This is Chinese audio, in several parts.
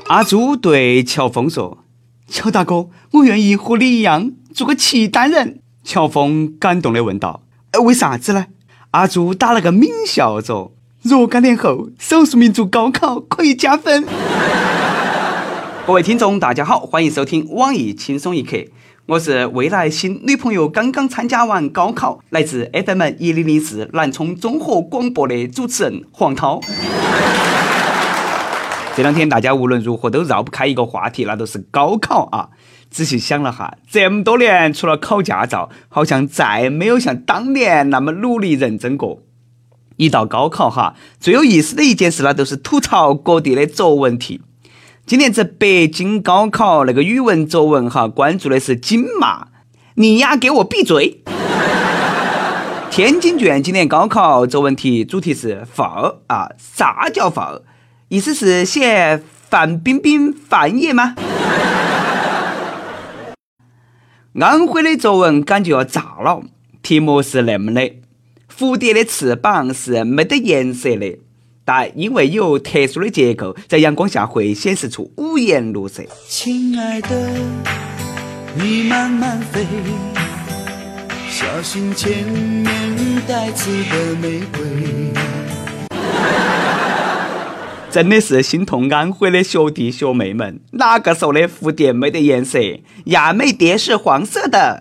阿朱对乔峰说：“乔大哥，我愿意和你一样做个契丹人。”乔峰感动地问道：“为啥子呢？”阿朱打了个抿笑说：“若干年后，少数民族高考可以加分。”各位听众，大家好，欢迎收听网易轻松一刻，我是未来新女朋友刚刚参加完高考，来自 FM1004 南充综合广播的主持人黄涛。这两天大家无论如何都绕不开一个话题，那就是高考啊。仔细想了哈，这么多年除了考驾照，好像再没有像当年那么努力认真过。一到高考哈，最有意思的一件事呢，都是吐槽各地的作文题。今年在北京高考那个语文作文哈，关注的是金骂，你呀给我闭嘴。天津卷今年高考作文题主题是范儿啊，啥叫范儿？意思是写范冰冰范爷吗？安徽的作文感觉要炸了，题目是那么的：蝴蝶的翅膀是没得颜色的，但因为有特殊的结构，在阳光下会显示出五颜六色。 亲爱的，你慢慢飞，小心前面带刺的玫瑰。 真的是心痛安徽的学弟学妹们，哪个说的蝴蝶没得颜色？亚美蝶是黄色的。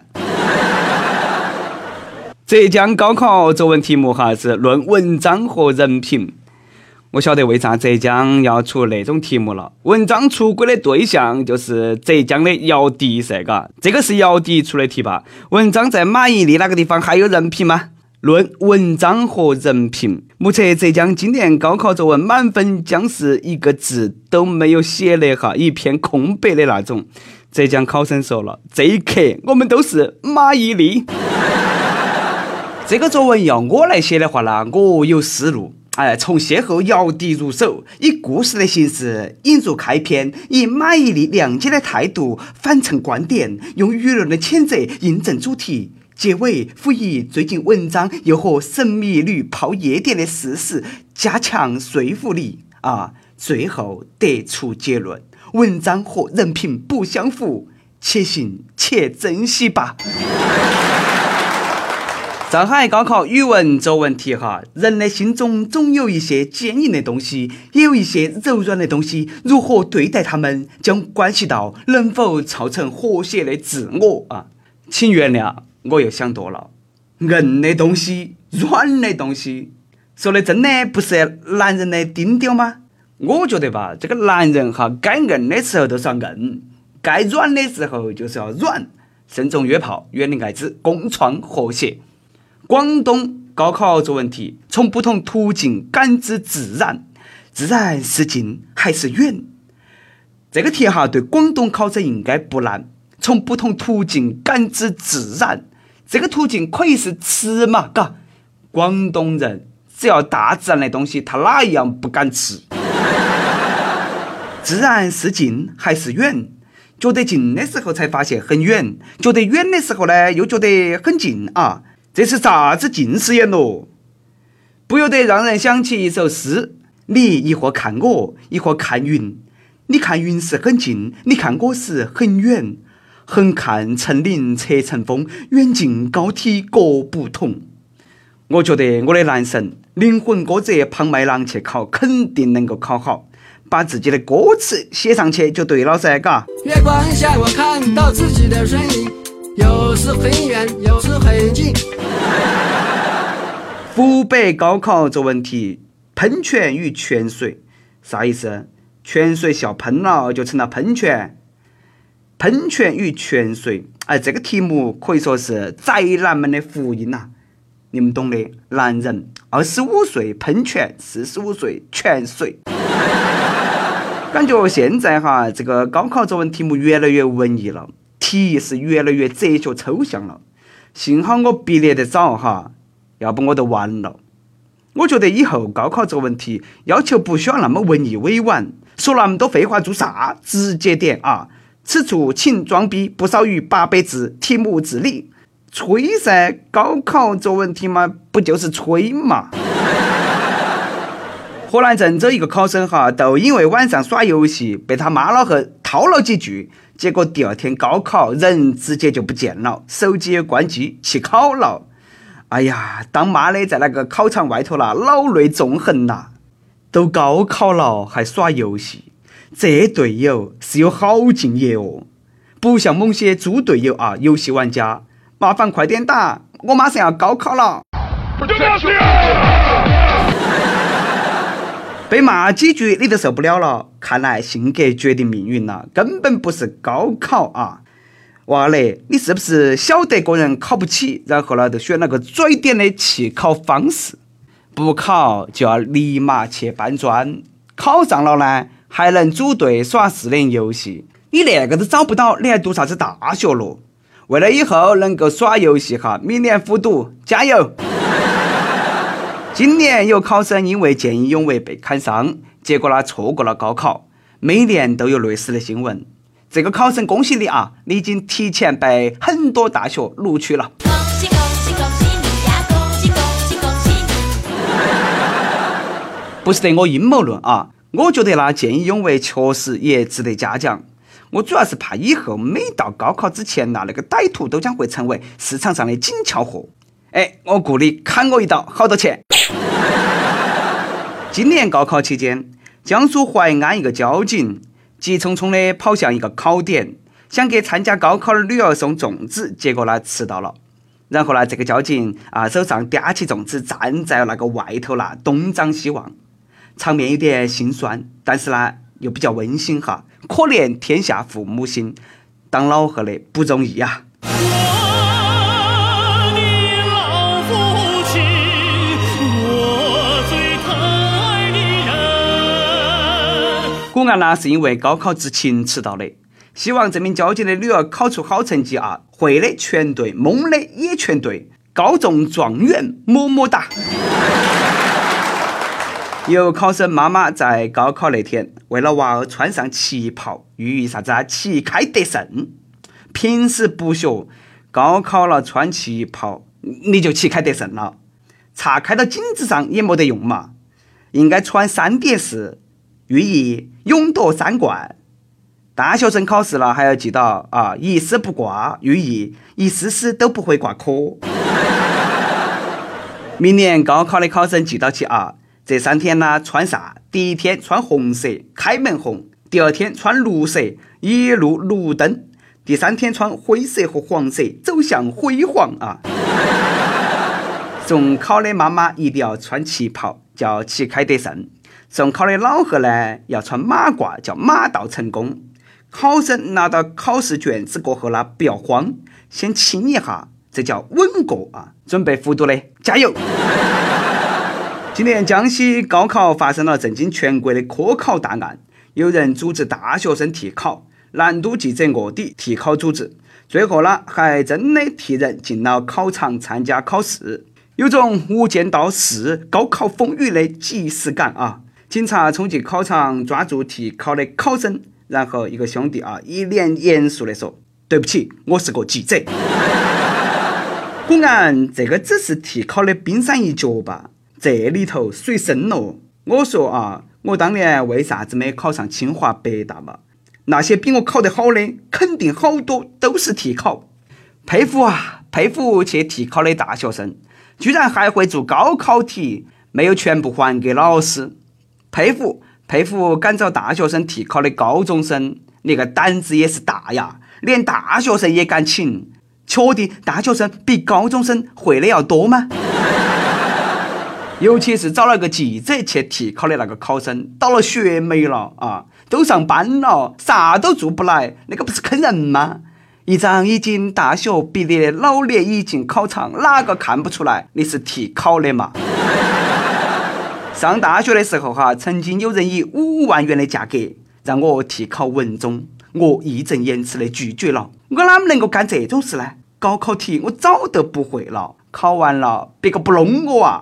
浙江高考作文题目哈是论文章和人品。我晓得为啥浙江要出那种题目了，文章出轨的对象就是浙江的姚笛噻，嘎，这个是姚笛出的题吧？文章在马伊琍那个地方还有人品吗？论文章和人品，目测浙江今年高考作文满分将是一个字都没有写的哈，一片空白的那种。浙江考生说了，这一刻我们都是马伊琍。这个作文要我来写的话呢，我有思路。从邂逅姚笛入手，以故事的形式引入开篇，以马伊琍谅解的态度反衬观点，用舆论的谴责印证主题。结尾辅以最近文章又和神秘女泡夜店的事实，加强说服力啊！最后得出结论：文章和人品不相符，且行且珍惜吧。上海高考语文作文题哈，人的心中总有一些坚硬的东西，也有一些柔软的东西，如何对待他们，将关系到能否造成和谐的自我啊！请原谅。我又想多了，硬的东西，软的东西，说的真的不是男人的丁丁吗？我觉得吧，这个男人哈，该硬的时候都是要硬，该软的时候就是要软。慎重约炮，远离艾滋，共创和谐。广东高考作文题，从不同途径感知自然，自然是近还是远？这个题哈，对广东考生应该不难。从不同途径感知自然。这个途径可以是吃嘛，嘎，广东人只要大自然的东西，他哪一样不敢吃？自然是近还是远？觉得近的时候才发现很远，觉得远的时候呢，又觉得很近啊！这是啥子近视眼咯？不由得让人想起一首诗：你一会儿看我，一会儿看云，你看云是很近，你看我是很远。横看成岭侧成峰，远近高低各不同。我觉得我的男神灵魂歌者庞麦郎去考肯定能够考好，把自己的歌词写上去就对了噻，嘎。 月光下我看到自己的身影，有时很远，有时很近。 湖北高考作文题：喷泉与泉水，啥意思？泉水笑喷了就成了喷泉。喷泉与泉水，这个题目可以说是宅男们的福音呐，你们懂的。男人25岁喷泉，45岁泉水。感觉现在哈，这个高考作文题目越来越文艺了，题是越来越哲学抽象了。幸好我毕业的早哈，要不我都完了。我觉得以后高考作文题要求不需要那么文艺委婉，说那么多废话做啥？直接点啊！此处请装逼不少于800字，题目自理。吹噻，高考作文题嘛，不就是吹嘛？ 河南郑州一个考生哈，都因为晚上耍游戏被他妈老汉套了几句，结果第二天高考人直接就不见了，手机也关机弃考了。哎呀，当妈的在那个考场外头啦，老泪纵横呐！都高考了还耍游戏，这队友是有好敬业哦，不像某些猪队友啊，游戏玩家，麻烦快点打，我马上要高考了。被骂几句你都受不了了，看来性格决定命运了，根本不是高考啊！娃嘞，你是不是晓得个人考不起，然后呢就选了个拽点的弃考方式？不考就要立马去搬砖，考上了呢还能组队耍4年游戏，你那个都找不到，你还读啥子大学咯？为了以后能够耍游戏哈，明年复读，加油！今年有考生因为见义勇为被砍伤，结果呢错过了高考。每年都有类似的新闻。这个考生恭喜你啊，你已经提前被很多大学录取了。 恭喜恭喜恭喜你呀！恭喜恭喜恭喜你！ 不是得我阴谋论啊，我觉得见义勇为确实也值得嘉奖。我主要是怕以后每到高考之前那个歹徒都将会成为市场上的紧俏货。哎，我雇你砍我一刀，好多钱？今年高考期间，江苏淮安一个交警急匆匆地跑向一个考点，想给参加高考的女儿送粽子，结果呢迟到了。然后呢，这个交警手上掂起粽子，站在那个外头东张西望，场面有点心酸，但是呢又比较温馨哈。可怜天下父母心，当老贺的不容易呀。果然呢是因为高考执勤迟到的，希望这名交警的女儿考出好成绩啊，会的全对，蒙的也全对，高中状元么么哒。有考生妈妈在高考那天为了娃儿穿上旗袍，寓意啥子旗开得胜。平时不学，高考了穿旗袍你就旗开得胜了，叉开到颈子上也没得用嘛，应该穿3.4，寓意勇夺3冠。大学生考试了还要记到一丝不挂，寓意一丝丝都不会挂科。明年高考的考生记到起这3天呢穿啥？第一天穿红色，开门红；第二天穿绿色，一路绿灯；第3天穿灰色和黄色，走向辉煌啊！送考的妈妈一定要穿旗袍，叫旗开得胜；送考的老贺呢要穿马褂，叫马到成功。考生拿到考试卷子过后呢，不要慌，先亲一下，这叫稳过啊！准备复读的，加油！今年江西高考发生了震惊全国的科考大案，有人组织大学生替考，南都记者卧底替考组织，最后呢还真的替人进了考场参加考试，有种无间道4高考风雨的即视感啊！警察冲进考场抓住替考的考生，然后一个兄弟一脸严肃地说：“对不起，我是个记者。”果然这个只是替考的冰山一角吧，这里头水深了。我说我当年为啥子没考上清华北大嘛？那些比我考得好的肯定好多都是替考。佩服佩服去替考的大学生，居然还会做高考题，没有全部还给老师。佩服赶找大学生替考的高中生，那个胆子也是大呀，连大学生也敢请。确定大学生比高中生会的要多吗？尤其是找了个记者去替考的那个考生，倒了血霉了都上班了，啥都做不来，那个不是坑人吗？一张已经大学毕业的老脸一进考场，哪个看不出来你是替考的嘛？上大学的时候曾经有人以5万元的价格让我替考文综，我义正言辞的拒绝了。我哪么能够干这种事呢？高考题我早都不会了，考完了别个不弄我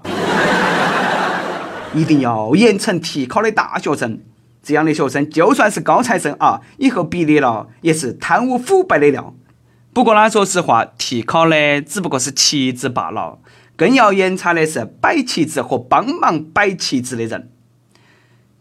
一定要严惩替考的大学生，这样的学生就算是高材生以后毕业了也是贪污腐败的料。不过呢，说实话，替考的只不过是旗帜罢了，更要严查的是摆旗帜和帮忙摆旗帜的人。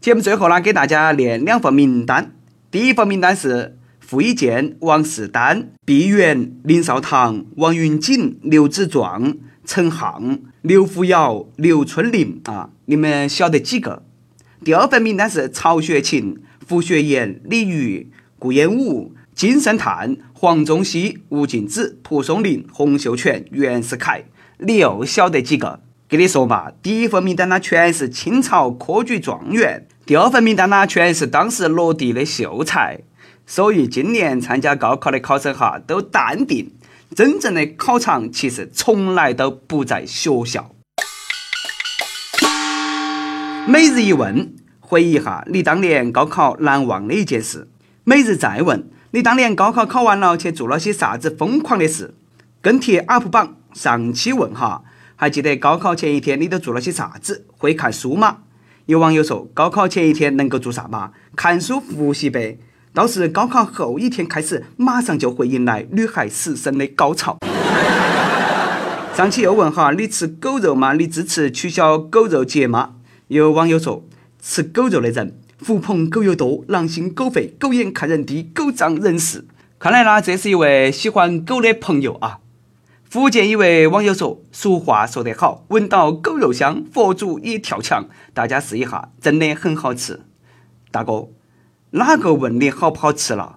节目最后呢，给大家念2份名单。第一份名单是傅一健、王世丹、毕源、林少棠、王云锦、刘子壮、陈航、刘福尧、刘春林啊，你们晓得几个？第二份名单是曹雪芹、胡雪岩、李煜、顾炎武、金圣叹、黄宗羲、吴敬梓、蒲松龄、洪秀全、袁世凯，你又晓得几个？跟你说嘛，第一份名单呢全是清朝科举状元，第二份名单呢全是当时落地的秀才。所以今年参加高考的考生哈都淡定，真正的考场其实从来都不在学校。每日一问，回忆一下你当年高考难忘的一件事。每日再问，你当年高考考完了去做了些啥子疯狂的事？跟帖 UP 榜上期问哈，还记得高考前一天你都做了些啥子？会看书吗？有网友说，高考前一天能够做啥嘛？看书复习呗。倒是高考后一天开始，马上就会迎来女孩师生的高潮。上期又问哈，你吃狗肉吗？你支持取消狗肉节吗？有网友说，吃狗肉的人狐朋狗友多，狼心狗肺，狗眼看人低，狗仗人势。看来呢，这是一位喜欢狗的朋友啊。福建一位网友说，俗话说得好，闻到狗肉香，佛祖也跳墙。大家试一下，真的很好吃。大哥，哪个问你好不好吃了？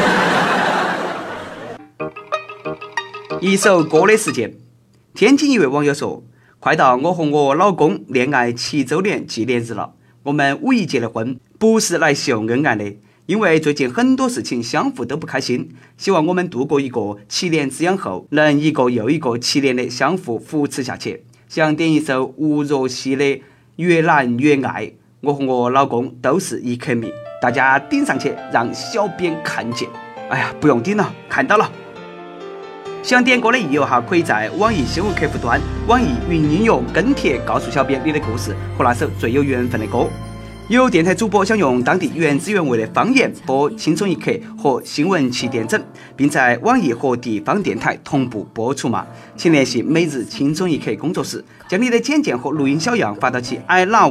一首歌的时间。天津一位网友说，快到我和我老公恋爱7周年纪念日了，我们5一结了婚，不是来秀恩爱的，因为最近很多事情相互都不开心，希望我们度过一个7年之痒后，能一个又一个7年的相互扶持下去。想点一首吴若希的《越难越爱》，我和我老公都是一颗米，大家顶上去让小编看见。哎呀，不用顶了，看到了。想点歌的益友哈，可以在网易新闻客户端、网易云音乐跟帖告诉小编你的故事和那首最有缘分的歌。有电台主播想用当地原汁原味的方言播《轻松一刻》和新闻7点整，并在网易和地方电台同步播出吗？请联系每日轻松一刻工作室，将你的简介和录音小样发到其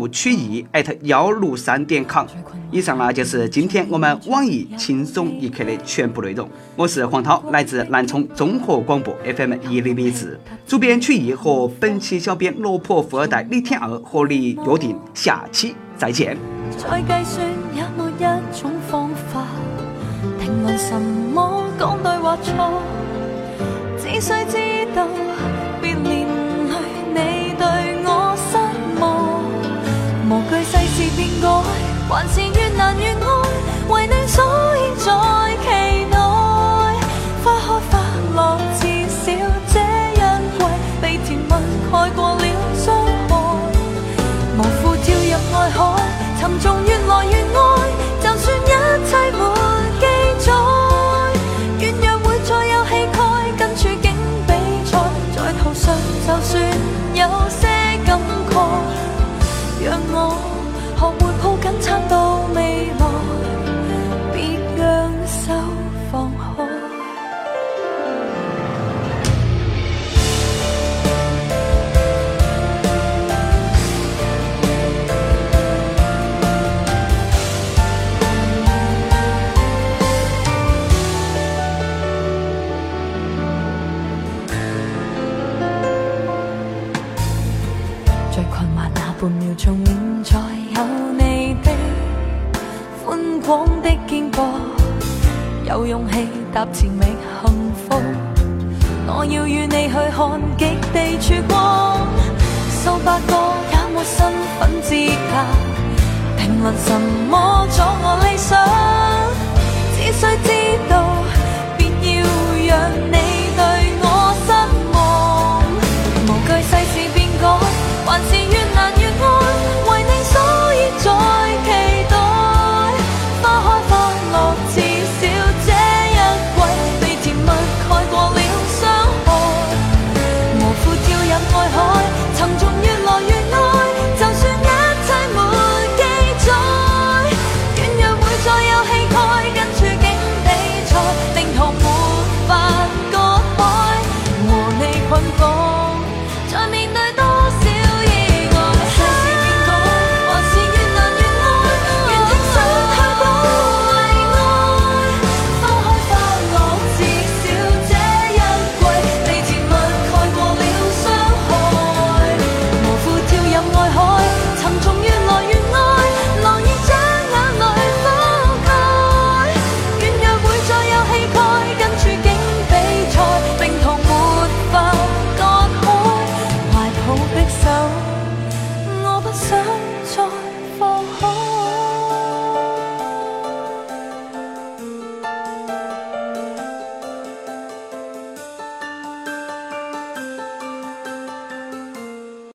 ilove.163.com。以上呢就是今天我们网易轻松一刻的全部内容。我是黄涛，来自南充综合广播 FM 1004，主编曲艺和本期小编罗婆富二代李天二和你约定下期再见。 再計算也沒一種方法評論什麼講對或錯，只需知道別年裏你對我失望，無懼世事變改，還是越難越愛，為你所以在期待花開花落，至少這一季被甜蜜蓋過了傷害，無負跳入愛海，沉重越來越愛，就算一切沒記載，軟弱會再有氣概，跟處境比賽，在途上就算有些感慨，讓我學會抱緊撐到未來，別讓手放開。半秒鐘再有你的寬廣的肩膊，有勇氣踏前覓幸福，我要與你去看極地曙光，數百個也沒身份資格評論什麼阻我理想。